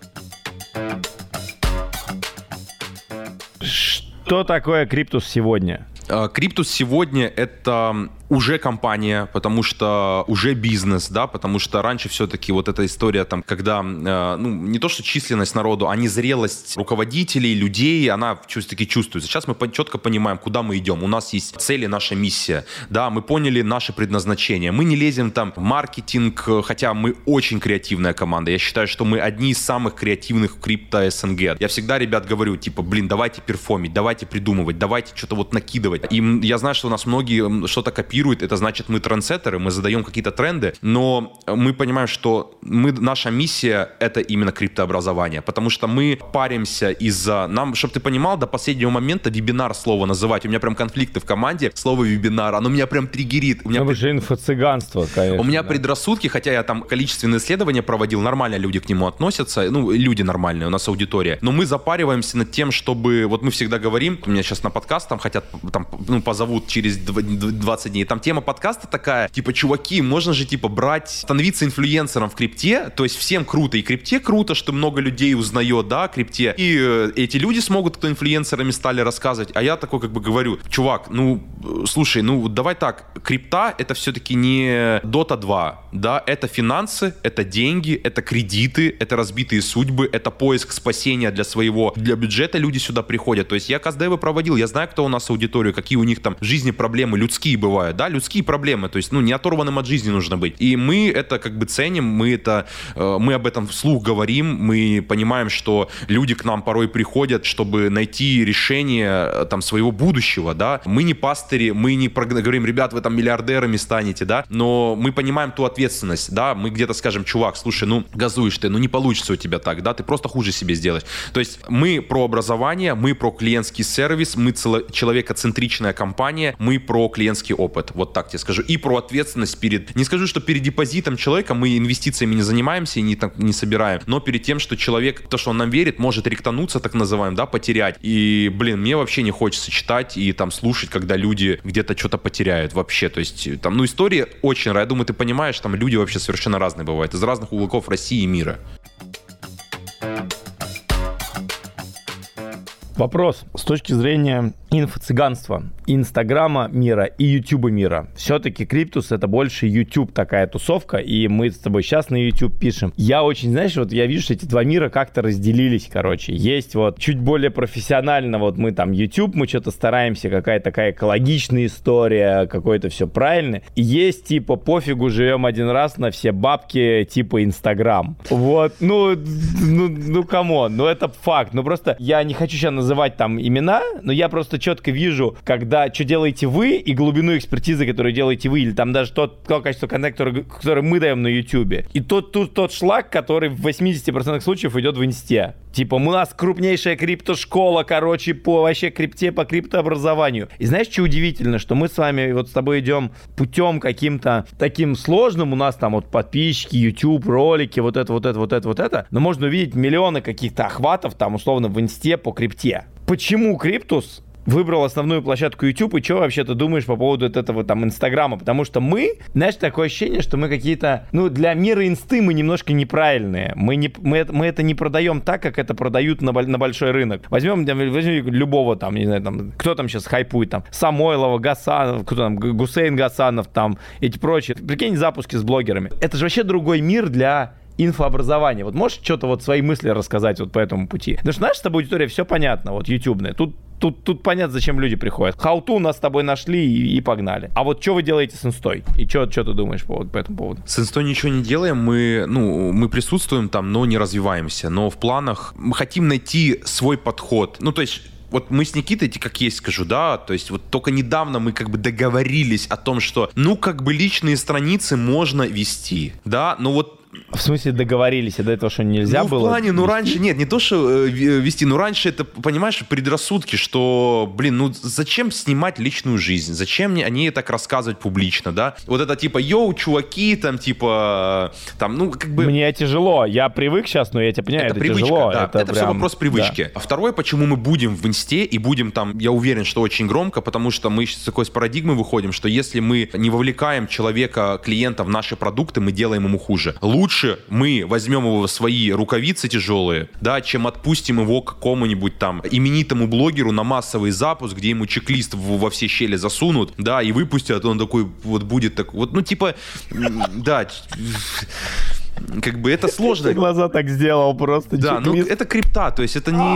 Speaker 1: Что такое Криптус сегодня?
Speaker 2: Криптус сегодня это уже компания, потому что уже бизнес, да, потому что раньше все-таки вот эта история там, когда, не то что численность народу, а незрелость руководителей, людей, она все-таки чувствуется. Сейчас мы четко понимаем, куда мы идем. У нас есть цели, наша миссия, да, мы поняли наше предназначение. Мы не лезем там в маркетинг, хотя мы очень креативная команда. Я считаю, что мы одни из самых креативных в крипто СНГ. Я всегда, ребят, говорю, типа, давайте перформить, давайте придумывать, давайте что-то вот накидывать. И я знаю, что у нас многие что-то копируют, это значит, мы трендсеттеры, мы задаем какие-то тренды, но мы понимаем, что наша миссия — это именно криптообразование, потому что мы паримся из-за... чтобы ты понимал, до последнего момента вебинар слово называть, у меня прям конфликты в команде, слово вебинар, оно меня прям триггерит.
Speaker 1: Это же инфо-цыганство, конечно.
Speaker 2: У меня предрассудки, хотя я там количественные исследования проводил, нормально люди к нему относятся, люди нормальные, у нас аудитория, но мы запариваемся над тем, чтобы... Вот мы всегда говорим, меня сейчас на подкаст там хотят, позовут через 20 дней, там тема подкаста такая, типа, чуваки, можно же, типа, становиться инфлюенсером в крипте, то есть всем круто, и крипте круто, что много людей узнает, да, о крипте, и эти люди смогут, кто инфлюенсерами стали, рассказывать, а я такой, как бы, говорю, чувак, слушай, давай так, крипта — это все-таки не Dota 2, да, это финансы, это деньги, это кредиты, это разбитые судьбы, это поиск спасения для бюджета люди сюда приходят, то есть я каздевы проводил, я знаю, кто у нас аудиторию, какие у них там в жизни проблемы людские бывают, да, людские проблемы, то есть, не оторванным от жизни нужно быть. И мы это как бы ценим, мы об этом вслух говорим, мы понимаем, что люди к нам порой приходят, чтобы найти решение там своего будущего, да. Мы не пастыри, мы не говорим, ребят, вы там миллиардерами станете, да, но мы понимаем ту ответственность, да, мы где-то скажем, чувак, слушай, газуешь ты, не получится у тебя так, да, ты просто хуже себе сделаешь. То есть мы про образование, мы про клиентский сервис, мы человекоцентричная компания, мы про клиентский опыт, вот так тебе скажу, и про ответственность не скажу, что перед депозитом человека, мы инвестициями не занимаемся и не собираем, но перед тем, что человек, то, что он нам верит, может ректануться, так называем, да, потерять. И, мне вообще не хочется читать и там слушать, когда люди где-то что-то потеряют вообще, то есть там, истории очень, я думаю, ты понимаешь, там люди вообще совершенно разные бывают, из разных уголков России и мира.
Speaker 1: Вопрос. С точки зрения инфо-цыганства, Инстаграма мира и Ютуба мира, все-таки Криптус — это больше YouTube такая тусовка, и мы с тобой сейчас на YouTube пишем. Я очень, знаешь, вот я вижу, что эти два мира как-то разделились, короче. Есть вот чуть более профессионально, вот мы там YouTube, мы что-то стараемся, какая-то такая экологичная история, какое-то все правильно. И есть типа пофигу, живем один раз на все бабки, типа Инстаграм. Вот, ну, камон, ну это факт. Ну просто я не хочу сейчас называть там имена, но я просто четко вижу, когда что делаете вы и глубину экспертизы, которую делаете вы, или там даже то качество контента, которое мы даем на YouTube. И тот шлак, который в 80% случаев идет в Инсте. Типа, у нас крупнейшая криптошкола, короче, по вообще крипте, по криптообразованию. И знаешь, что удивительно, что мы с вами вот с тобой идем путем каким-то таким сложным, у нас там вот подписчики, YouTube, ролики, вот это, но можно увидеть миллионы каких-то охватов там условно в Инсте по крипте. Почему Криптус выбрал основную площадку YouTube, и что вообще ты думаешь по поводу этого там Инстаграма? Потому что мы, знаешь, такое ощущение, что мы какие-то, для мира инсты мы немножко неправильные. Мы это не продаем так, как это продают на большой рынок. Возьмем любого там, не знаю, там, кто там сейчас хайпует, там, Самойлова, Гасанов, кто там, Гусейн Гасанов, там, эти прочие. Прикинь, запуски с блогерами. Это же вообще другой мир для инфообразования. Вот можешь что-то вот свои мысли рассказать вот по этому пути? Потому что наша с тобой аудитория все понятно, вот ютубная. Тут понятно, зачем люди приходят. How-to нас с тобой нашли и погнали. А вот что вы делаете с инстой? И что ты думаешь по этому поводу?
Speaker 2: С инстой ничего не делаем. Мы присутствуем там, но не развиваемся. Но в планах мы хотим найти свой подход. То есть вот мы с Никитой, как есть скажу, да, то есть вот только недавно мы как бы договорились о том, что, личные страницы можно вести, да, но вот
Speaker 1: в смысле договорились, а до этого что нельзя было?
Speaker 2: В плане, раньше, нет, не то, что вести, раньше это, понимаешь, предрассудки, что, зачем снимать личную жизнь, зачем мне о ней так рассказывать публично, да? Вот это типа, чуваки, там,
Speaker 1: Мне тяжело, я привык сейчас, но я тебя понимаю, это
Speaker 2: привычка,
Speaker 1: тяжело.
Speaker 2: Да. Это все вопрос привычки. Да. А второе, почему мы будем в инсте и будем там, я уверен, что очень громко, потому что мы с такой парадигмы выходим, что если мы не вовлекаем человека, клиента в наши продукты, мы делаем ему хуже. Лучше мы возьмем его в свои рукавицы тяжелые, да, чем отпустим его к какому-нибудь там именитому блогеру на массовый запуск, где ему чек-лист во все щели засунут, да, и выпустят, он такой вот будет так, вот, да, как бы это сложно.
Speaker 1: Ты глаза так сделал просто.
Speaker 2: Да, это крипта, то есть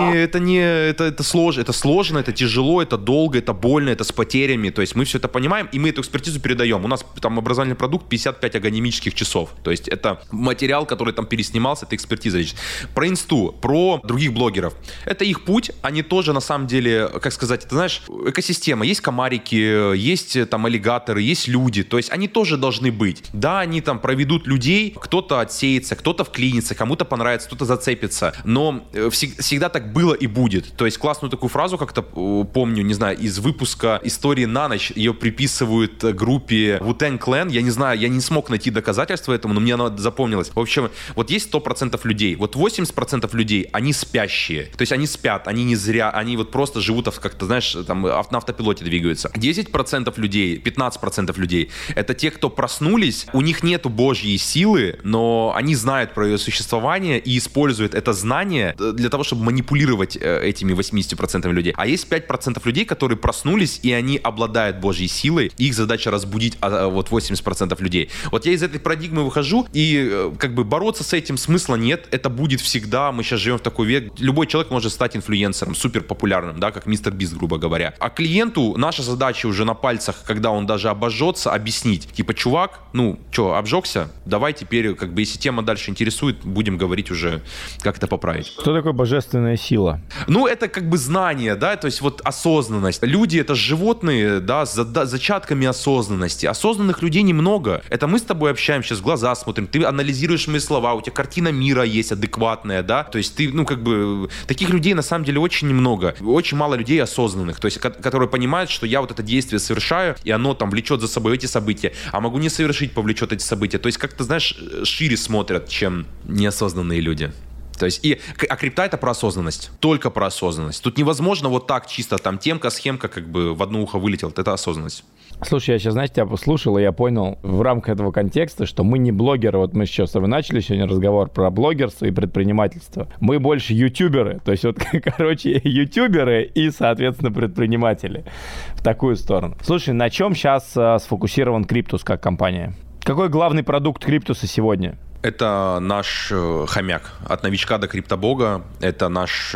Speaker 2: это сложно, это тяжело, это долго, это больно, это с потерями, то есть мы все это понимаем, и мы эту экспертизу передаем. У нас там образовательный продукт 55 агонимических часов, то есть это материал, который там переснимался, это экспертиза. Про инсту, про других блогеров, это их путь, они тоже на самом деле, как сказать, это, знаешь, экосистема, есть комарики, есть там аллигаторы, есть люди, то есть они тоже должны быть. Да, они там проведут людей, кто-то отсеется, кто-то вклинится, кому-то понравится, кто-то зацепится. Но всегда так было и будет. То есть классную такую фразу как-то помню, не знаю, из выпуска «Истории на ночь», ее приписывают группе Wu-Tang Clan. Я не знаю, я не смог найти доказательства этому, но мне она запомнилась. В общем, вот есть 100% людей. Вот 80% людей, они спящие. То есть они спят, они не зря, они вот просто живут как-то, знаешь, там на автопилоте двигаются. 10% людей, 15% людей, это те, кто проснулись, у них нету божьей силы, но они знают про ее существование и используют это знание для того, чтобы манипулировать этими 80% людей. А есть 5% людей, которые проснулись, и они обладают Божьей силой, и их задача разбудить вот 80% людей. Вот я из этой парадигмы выхожу, и как бы бороться с этим смысла нет, это будет всегда, мы сейчас живем в такой век, любой человек может стать инфлюенсером, супер популярным, да, как мистер Бист, грубо говоря. А клиенту наша задача уже на пальцах, когда он даже обожжется, объяснить, типа, чувак, обжегся, давай теперь, как бы, если тема дальше интересует, будем говорить уже, как это поправить.
Speaker 1: Что такое божественная сила?
Speaker 2: Это как бы знание, да, то есть вот осознанность. Люди — это животные, да, с зачатками осознанности. Осознанных людей немного. Это мы с тобой общаемся, сейчас в глаза смотрим, ты анализируешь мои слова, у тебя картина мира есть адекватная, да, то есть ты, таких людей на самом деле очень немного. Очень мало людей осознанных, то есть которые понимают, что я вот это действие совершаю, и оно там влечет за собой эти события, а могу не совершить, повлечет эти события. То есть как-то, знаешь, шире смотрят, чем неосознанные люди. То есть, а крипта — это про осознанность. Только про осознанность. Тут невозможно вот так чисто там темка, схемка как бы в одно ухо вылетел. Это осознанность.
Speaker 1: Слушай, я сейчас, знаешь, тебя послушал, и я понял в рамках этого контекста, что мы не блогеры. Вот мы сейчас с тобой начали сегодня разговор про блогерство и предпринимательство. Мы больше ютуберы. То есть вот, короче, ютуберы и, соответственно, предприниматели. В такую сторону. Слушай, на чем сейчас сфокусирован Криптус как компания? Какой главный продукт Криптуса сегодня?
Speaker 2: Это наш хомяк. От новичка до криптобога. Это наш...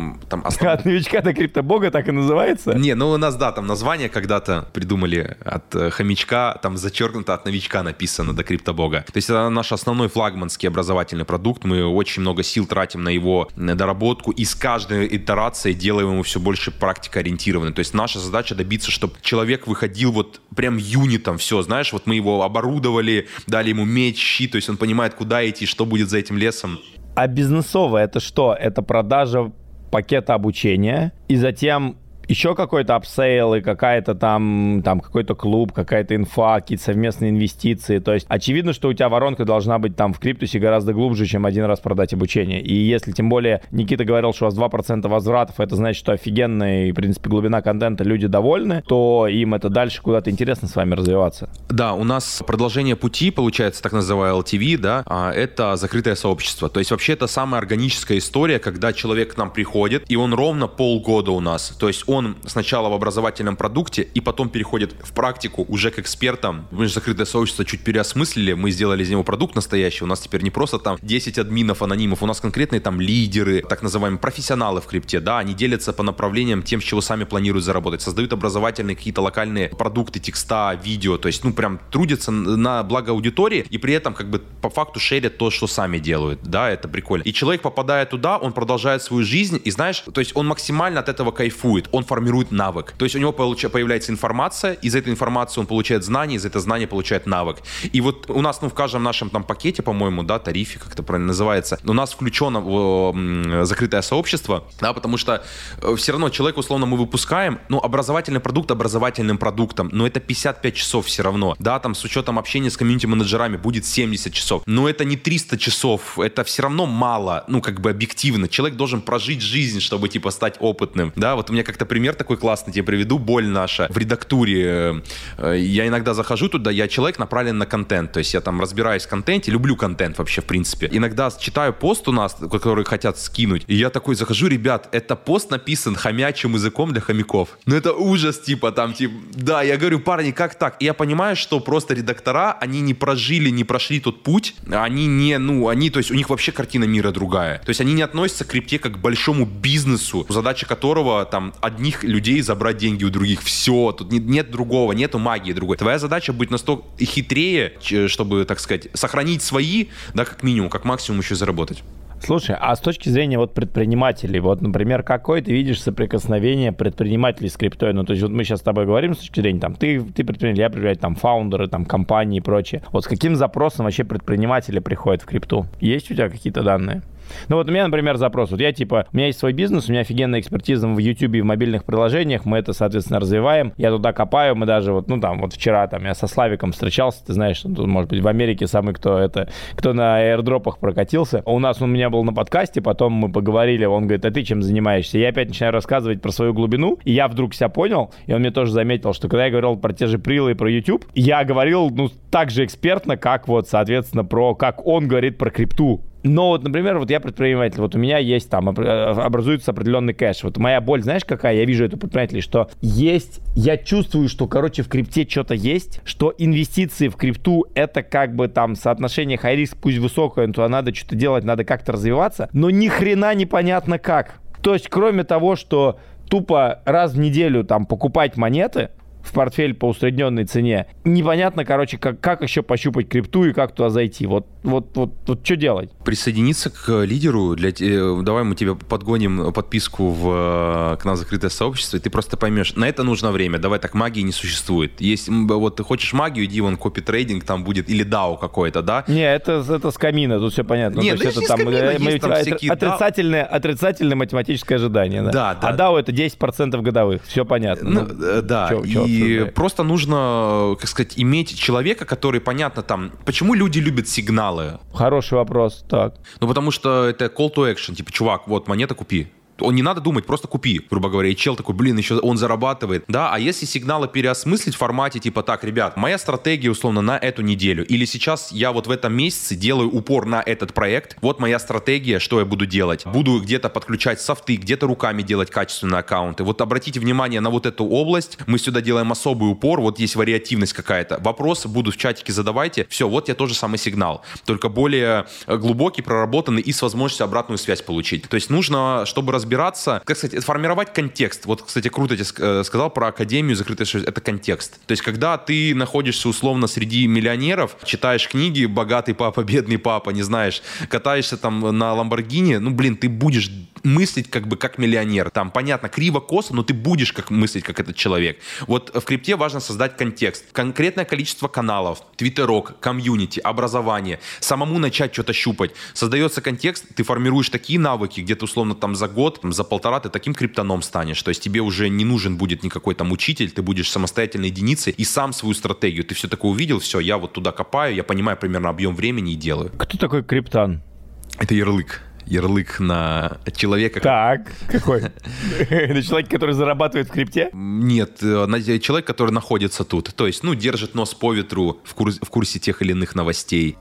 Speaker 1: От новичка до криптобога так и называется?
Speaker 2: Не, ну у нас, да, там название когда-то придумали от хомячка, там зачеркнуто от новичка написано до криптобога. То есть это наш основной флагманский образовательный продукт. Мы очень много сил тратим на его доработку, и с каждой итерацией делаем ему все больше практикоориентированным. То есть наша задача добиться, чтобы человек выходил вот прям юнитом, все, знаешь, вот мы его оборудовали, дали ему меч, щит, то есть он понимает, куда идти, что будет за этим лесом.
Speaker 1: А бизнесовое это что? Это продажа пакета обучения и затем еще какой-то апсейл и какая-то там какой-то клуб, какая-то инфа, какие-то совместные инвестиции. То есть очевидно, что у тебя воронка должна быть там в Криптусе гораздо глубже, чем один раз продать обучение. И если тем более Никита говорил, что у вас 2% возвратов, это значит, что офигенная, в принципе, глубина контента, люди довольны, то им это дальше куда-то интересно с вами развиваться.
Speaker 2: Да, у нас продолжение пути, получается, так называемое LTV, да, это закрытое сообщество. То есть вообще это самая органическая история, когда человек к нам приходит, и он ровно полгода у нас. То есть он сначала в образовательном продукте и потом переходит в практику уже к экспертам. Мы же закрытое сообщество чуть переосмыслили, мы сделали из него продукт настоящий. У нас теперь не просто там 10 админов, анонимов, у нас конкретные там лидеры, так называемые профессионалы в крипте, да, они делятся по направлениям тем, с чего сами планируют заработать, создают образовательные какие-то локальные продукты, текста, видео, то есть, ну, прям трудятся на благо аудитории и при этом как бы по факту шерят то, что сами делают, да, это прикольно. И человек, попадая туда, он продолжает свою жизнь и, знаешь, то есть он максимально от этого кайфует, он формирует навык. То есть у него появляется информация, из этой информации он получает знания, из этого знания получает навык. И вот у нас, ну, в каждом нашем там пакете, по-моему, да, тарифе, как это правильно называется, у нас включено закрытое сообщество, да, потому что все равно человек, условно, мы выпускаем, ну, образовательный продукт образовательным продуктом, но это 55 часов все равно, да, там с учетом общения с комьюнити-менеджерами будет 70 часов, но это не 300 часов, это все равно мало, ну, как бы объективно. Человек должен прожить жизнь, чтобы, типа, стать опытным, да, вот у меня как-то пример такой классный тебе приведу, боль наша в редактуре. Я иногда захожу туда, я человек направлен на контент, то есть я там разбираюсь в контенте, люблю контент вообще в принципе. Иногда читаю пост у нас, который хотят скинуть, и я такой захожу, ребят, это пост написан хомячим языком для хомяков. Ну это ужас, типа там, типа, да, я говорю, парни, как так? И я понимаю, что просто редактора, они не прожили, не прошли тот путь, они не, ну, они, то есть у них вообще картина мира другая. То есть они не относятся к крипте как к большому бизнесу, задача которого там одних людей забрать деньги у других. Все, тут нет другого, нету магии другой. Твоя задача быть настолько хитрее, чтобы, так сказать, сохранить свои, да, как минимум, как максимум еще заработать.
Speaker 1: Слушай, а с точки зрения вот предпринимателей, вот, например, какое ты видишь соприкосновение предпринимателей с криптой? Ну, то есть вот мы сейчас с тобой говорим с точки зрения, там, ты предприниматель, я предприниматель, там, фаундеры, там, компании и прочее. Вот с каким запросом вообще предприниматели приходят в крипту? Есть у тебя какие-то данные? Ну вот у меня, например, запрос. Вот я типа, у меня есть свой бизнес, у меня офигенная экспертиза в YouTube и в мобильных приложениях, мы это, соответственно, развиваем. Я туда копаю, мы даже вот, ну там, вот вчера там я со Славиком встречался, ты знаешь, он, может быть, в Америке самый, кто на аирдропах прокатился. У меня был на подкасте, потом мы поговорили, он говорит, а ты чем занимаешься? Я опять начинаю рассказывать про свою глубину, и я вдруг себя понял, и он мне тоже заметил, что когда я говорил про те же прилы и про YouTube, я говорил, ну, так же экспертно, как вот, соответственно, как он говорит про крипту. Но вот, например, вот я предприниматель, вот у меня есть там, образуется определенный кэш. Вот моя боль, знаешь, какая? Я вижу это предпринимателей, что есть, я чувствую, что, короче, в крипте что-то есть, что инвестиции в крипту это как бы там соотношение high-risk, пусть высокое, но туда надо что-то делать, надо как-то развиваться, но ни хрена непонятно как. То есть, кроме того, что тупо раз в неделю там покупать монеты в портфель по усредненной цене. Непонятно, короче, как еще пощупать крипту и как туда зайти. Вот что делать?
Speaker 2: Присоединиться к лидеру. Давай мы тебе подгоним подписку к нам в закрытое сообщество, и ты просто поймешь, на это нужно время. Давай так, магии не существует. Есть, вот ты хочешь магию, иди вон копи-трейдинг там будет, или DAO какой-то, да?
Speaker 1: Не, это с камина, тут все понятно.
Speaker 2: Нет,
Speaker 1: это там отрицательное математическое ожидание. Да. А DAO это 10% годовых. Все понятно.
Speaker 2: Да. И просто нужно, как сказать, иметь человека, который, понятно, там, почему люди любят сигналы?
Speaker 1: Хороший вопрос, так.
Speaker 2: Ну, потому что это call to action, типа, чувак, вот, монета купи. Не надо думать, просто купи, грубо говоря. И чел такой, блин, еще он зарабатывает. Да, а если сигналы переосмыслить в формате типа, так, ребят, моя стратегия условно на эту неделю. Или сейчас я вот в этом месяце делаю упор на этот проект. Вот моя стратегия, что я буду делать. Буду где-то подключать софты, где-то руками делать качественные аккаунты. Вот обратите внимание на вот эту область. Мы сюда делаем особый упор. Вот есть вариативность какая-то. Вопросы будут в чатике задавайте. Все, вот я тоже самый сигнал. Только более глубокий, проработанный и с возможностью обратную связь получить. То есть нужно, чтобы разбираться, как сказать, формировать контекст. Вот, кстати, круто тебе сказал про академию закрытой, это контекст. То есть, когда ты находишься условно среди миллионеров, читаешь книги «Богатый папа, бедный папа», не знаешь, катаешься там на Ламборгини, ну, блин, ты будешь мыслить как бы как миллионер. Там, понятно, криво-косо, но ты будешь как мыслить как этот человек. Вот в крипте важно создать контекст. Конкретное количество каналов, твиттерок, комьюнити, образование. Самому начать что-то щупать. Создается контекст, ты формируешь такие навыки, где-то условно там за год, за полтора ты таким криптоном станешь. То есть тебе уже не нужен будет никакой там учитель, ты будешь самостоятельной единицей и сам свою стратегию. Ты все такое увидел, все, я вот туда копаю, я понимаю примерно объем времени и делаю.
Speaker 1: Кто такой криптан?
Speaker 2: Это ярлык. Ярлык на человека.
Speaker 1: Так, какой? Это человек, который зарабатывает в крипте?
Speaker 2: Нет, человек, который находится тут. То есть, ну, держит нос по ветру в курсе тех или иных новостей.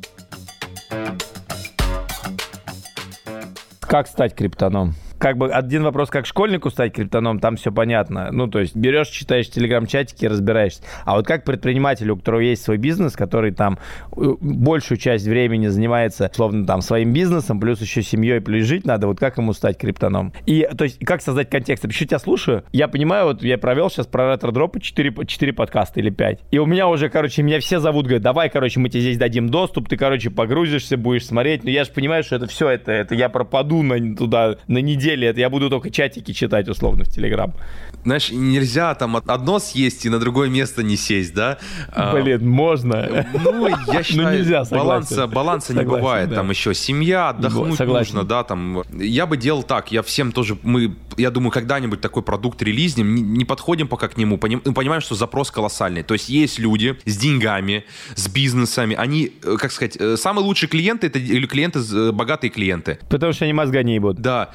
Speaker 1: Как стать криптоном? Как бы один вопрос, как школьнику стать криптоном, там все понятно. Ну, то есть берешь, читаешь телеграм-чатики и разбираешься. А вот как предпринимателю, у которого есть свой бизнес, который там большую часть времени занимается, словно там своим бизнесом, плюс еще семьей, плюс жить надо, вот как ему стать криптоном? И, то есть, как создать контекст? Я тебя слушаю, я понимаю, вот я провел сейчас про ретро-дропы 4 подкаста или 5. И у меня уже, короче, меня все зовут, говорят, давай, короче, мы тебе здесь дадим доступ, ты, короче, погрузишься, будешь смотреть. Но я же понимаю, что это все, это я пропаду туда на неделю. Это я буду только чатики читать условно в Телеграм.
Speaker 2: Знаешь, нельзя там одно съесть и на другое место не сесть, да?
Speaker 1: Блин, можно.
Speaker 2: Ну, я считаю,
Speaker 1: нельзя,
Speaker 2: баланса не бывает. Да. Там еще семья, отдохнуть нужно, да, там. Я бы делал так, я всем тоже, я думаю, когда-нибудь такой продукт релизнем, не подходим пока к нему, понимаем, что запрос колоссальный. То есть есть люди с деньгами, с бизнесами, они, как сказать, самые лучшие клиенты, это или клиенты, богатые клиенты.
Speaker 1: Потому что они мозга не ебут.
Speaker 2: Да.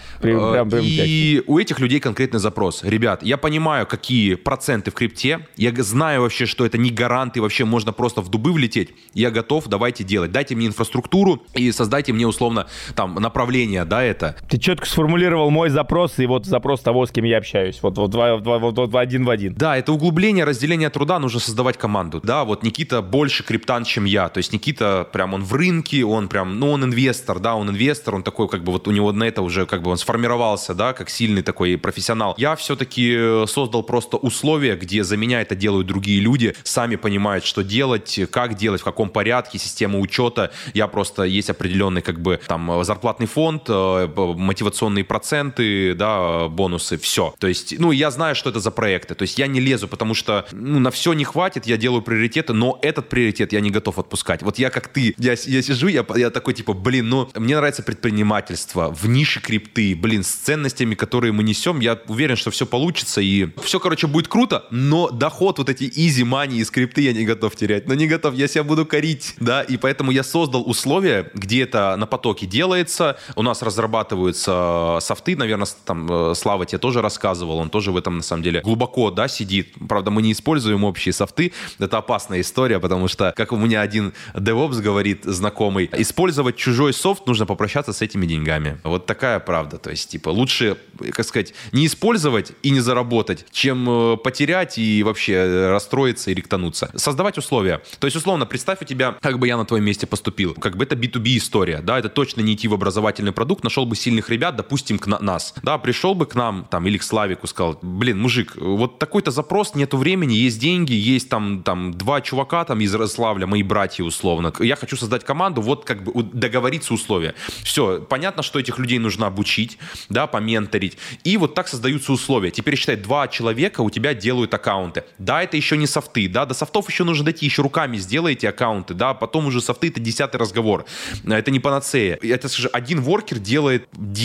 Speaker 2: И у этих людей конкретный запрос. Ребят, я понимаю, какие проценты в крипте, я знаю вообще, что это не гарант, и вообще можно просто в дубы влететь. Я готов, давайте делать. Дайте мне инфраструктуру и создайте мне условно там направление, да, это.
Speaker 1: Ты четко сформулировал мой запрос и вот запрос того, с кем я общаюсь. Вот один в один.
Speaker 2: Да, это углубление, разделение труда, нужно создавать команду. Да, вот Никита больше криптан, чем я. То есть Никита прям он в рынке, он прям, ну он инвестор, да, он такой как бы вот у него на это уже как бы он сформировался, да, как сильный такой профессионал. Я все-таки создал просто условия, где за меня это делают другие люди, сами понимают, что делать, как делать, в каком порядке, система учета. Я просто, есть определенный как бы там зарплатный фонд, мотивационные проценты, да, бонусы, все. То есть, ну, я знаю, что это за проекты. То есть я не лезу, потому что, ну, на все не хватит, я делаю приоритеты, но этот приоритет я не готов отпускать. Вот я как ты, я сижу, я такой типа, блин, ну, мне нравится предпринимательство в нише крипты, блин, с ценностями, которые мы несем, я уверен, что все получится и все, короче, будет круто, но доход, вот эти easy money из крипты я не готов терять, но не готов, я себя буду корить, да, и поэтому я создал условия, где это на потоке делается, у нас разрабатываются софты, наверное, там Слава тебе тоже рассказывал, он тоже в этом, на самом деле, глубоко, да, сидит, правда, мы не используем общие софты, это опасная история, потому что, как у меня один DevOps говорит, знакомый, использовать чужой софт, нужно попрощаться с этими деньгами, вот такая правда, то есть, типа, лучше, как сказать, не использовать и не заработать, чем потерять и вообще расстроиться и ректануться. Создавать условия. То есть, условно, представь у тебя, как бы я на твоем месте поступил. Как бы это B2B история, да, это точно не идти в образовательный продукт, нашел бы сильных ребят, допустим, нас, да, пришел бы к нам, там, или к Славику, сказал, блин, мужик, вот такой-то запрос, нету времени, есть деньги, есть там 2 чувака там из Ярославля, мои братья, условно, я хочу создать команду, вот как бы договориться условия. Все, понятно, что этих людей нужно обучить, да, поменторить, и вот так создаются условия. Теперь, считай, 2 человека у тебя делают аккаунты. Да, это еще не софты, да, до софтов еще нужно дойти, еще руками сделаете аккаунты, да, потом уже софты, это 10-й разговор. Это не панацея. Это, скажи, один воркер делает 10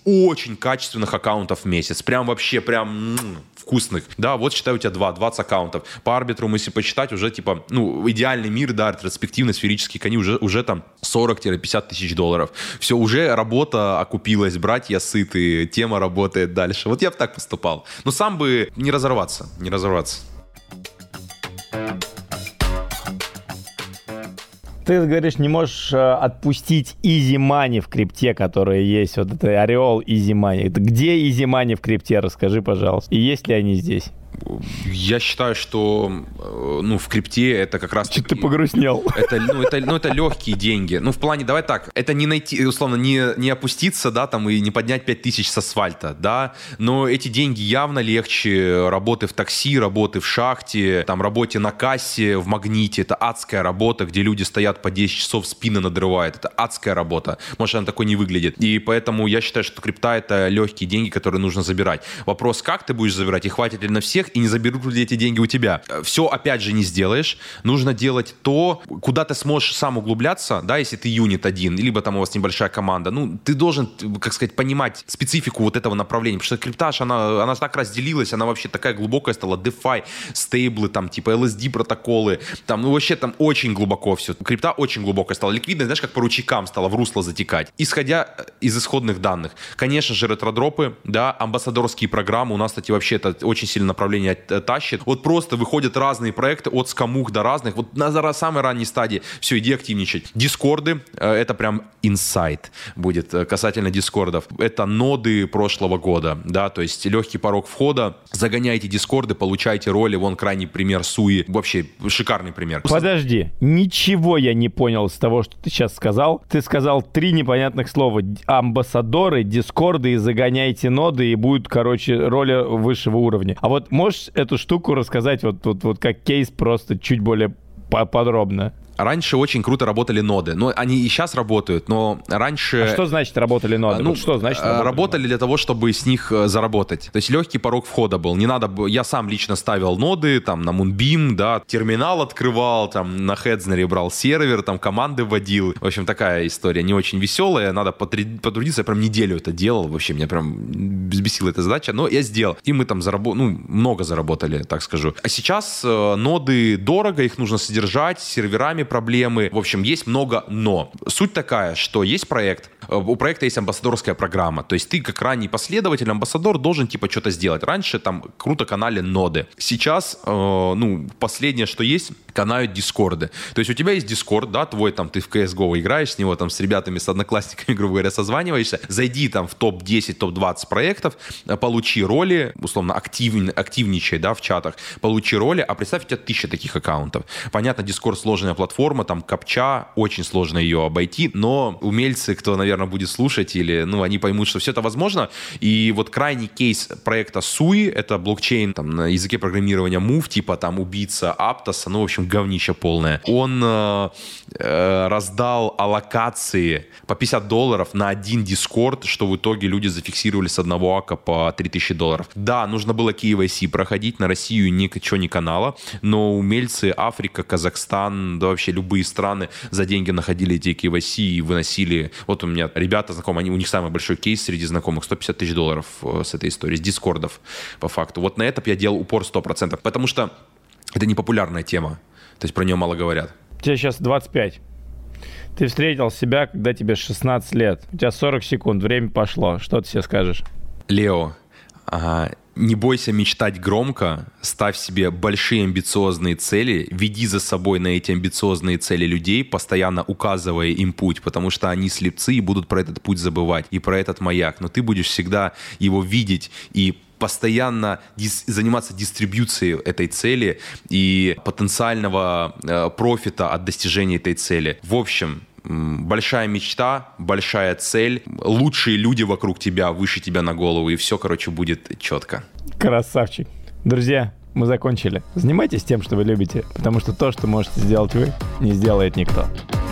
Speaker 2: очень качественных аккаунтов в месяц. Прям вообще, прям вкусных. Да, вот считай, у тебя 20 аккаунтов. По арбитруму, если почитать, уже типа, идеальный мир, да, ретроспективно сферические кони уже там 40-50 тысяч долларов. Все, уже работа окупилась, братья сыты, тема работает дальше. Вот я бы так поступал. Но сам бы не разорваться.
Speaker 1: Ты говоришь, не можешь отпустить easy money в крипте, которые есть. Вот это ореол easy money. Это где easy money в крипте? Расскажи, пожалуйста. И есть ли они здесь?
Speaker 2: Я считаю, что в крипте это как раз...
Speaker 1: Что-то ты погрустнел.
Speaker 2: Это легкие деньги. В плане, давай так, это не найти, условно, не опуститься, да, там, и не поднять 5000 с асфальта, да, но эти деньги явно легче работы в такси, работы в шахте, там, работе на кассе, в магните. Это адская работа, где люди стоят по 10 часов, спины надрывают. Это адская работа. Может, она такой не выглядит. И поэтому я считаю, что крипта — это легкие деньги, которые нужно забирать. Вопрос, как ты будешь забирать, и хватит ли на всех, и не заберут ли эти деньги у тебя. Все, опять же, не сделаешь. Нужно делать то, куда ты сможешь сам углубляться, да, если ты юнит один, либо там у вас небольшая команда. Ты должен, как сказать, понимать специфику вот этого направления, потому что криптаж, она так разделилась, она вообще такая глубокая стала. DeFi, стейблы, там, типа LSD протоколы, там, вообще там очень глубоко все. Крипта очень глубокая стала. Ликвидность, знаешь, как по ручейкам стала в русло затекать. Исходя из исходных данных. Конечно же, ретродропы, да, амбассадорские программы. У нас, кстати, вообще это очень сильное направление тащит. Вот просто выходят разные проекты от скамух до разных. Вот на самой ранней стадии все, иди активничать. Дискорды, это прям инсайт будет касательно дискордов. Это ноды прошлого года, да, то есть легкий порог входа. Загоняйте дискорды, получайте роли. Вон крайний пример Суи. Вообще шикарный пример.
Speaker 1: Подожди, ничего я не понял с того, что ты сейчас сказал. Ты сказал 3 непонятных слова. Амбассадоры, дискорды и загоняйте ноды, и будут, роли высшего уровня. А вот можешь эту штуку рассказать вот как кейс просто чуть более подробно?
Speaker 2: Раньше очень круто работали ноды. Но они и сейчас работают, но раньше...
Speaker 1: А что значит работали ноды? Что значит
Speaker 2: работали для того, чтобы с них заработать. То есть легкий порог входа был. Не надо... Я сам лично ставил ноды, там, на Moonbeam, да, терминал открывал, там, на Хедзнере брал сервер, там, команды вводил. В общем, такая история не очень веселая. Надо потрудиться. Я прям неделю это делал. Вообще, меня прям взбесила эта задача. Но я сделал. И мы там много заработали, так скажу. А сейчас ноды дорого, их нужно содержать, с серверами проблемы. В общем, есть много «но». Суть такая, что есть проект, у проекта есть амбассадорская программа. То есть ты, как ранний последователь, амбассадор, должен типа что-то сделать. Раньше там круто канали ноды. Сейчас, последнее, что есть, канают дискорды. То есть у тебя есть дискорд, да, твой, там, ты в CSGO играешь, с него там с ребятами, с одноклассниками, грубо говоря, созваниваешься. Зайди там в топ-10, топ-20 проектов, получи роли, условно, активничай, да, в чатах, получи роли, а представь, у тебя 1000 таких аккаунтов. Понятно, дискорд сложная платформа, там капча, очень сложно ее обойти, но умельцы, кто, наверное, будет слушать, или, они поймут, что все это возможно. И вот крайний кейс проекта Суи, это блокчейн, там, на языке программирования Move, типа, там, убийца Аптоса, в общем, говнище полное. Он раздал аллокации по $50 на один дискорд, что в итоге люди зафиксировали с одного ака по $3000. Да, нужно было KYC проходить, на Россию ничего не канала, но умельцы Африка, Казахстан, да вообще любые страны за деньги находили эти KYC и выносили. Вот у меня ребята знакомые, у них самый большой кейс среди знакомых, $150 000 с этой историей, с дискордов по факту. Вот на это я делал упор 100%, потому что это не популярная тема, то есть про нее мало говорят.
Speaker 1: Тебе сейчас 25. Ты встретил себя, когда тебе 16 лет. У тебя 40 секунд, время пошло. Что ты себе скажешь?
Speaker 2: Лео, не бойся мечтать громко, ставь себе большие амбициозные цели, веди за собой на эти амбициозные цели людей, постоянно указывая им путь, потому что они слепцы и будут про этот путь забывать, и про этот маяк. Но ты будешь всегда его видеть и постоянно заниматься дистрибьюцией этой цели и потенциального профита от достижения этой цели. В общем, большая мечта, большая цель, лучшие люди вокруг тебя, выше тебя на голову, и все, будет четко.
Speaker 1: Красавчик. Друзья, мы закончили. Занимайтесь тем, что вы любите, потому что то, что можете сделать вы, не сделает никто.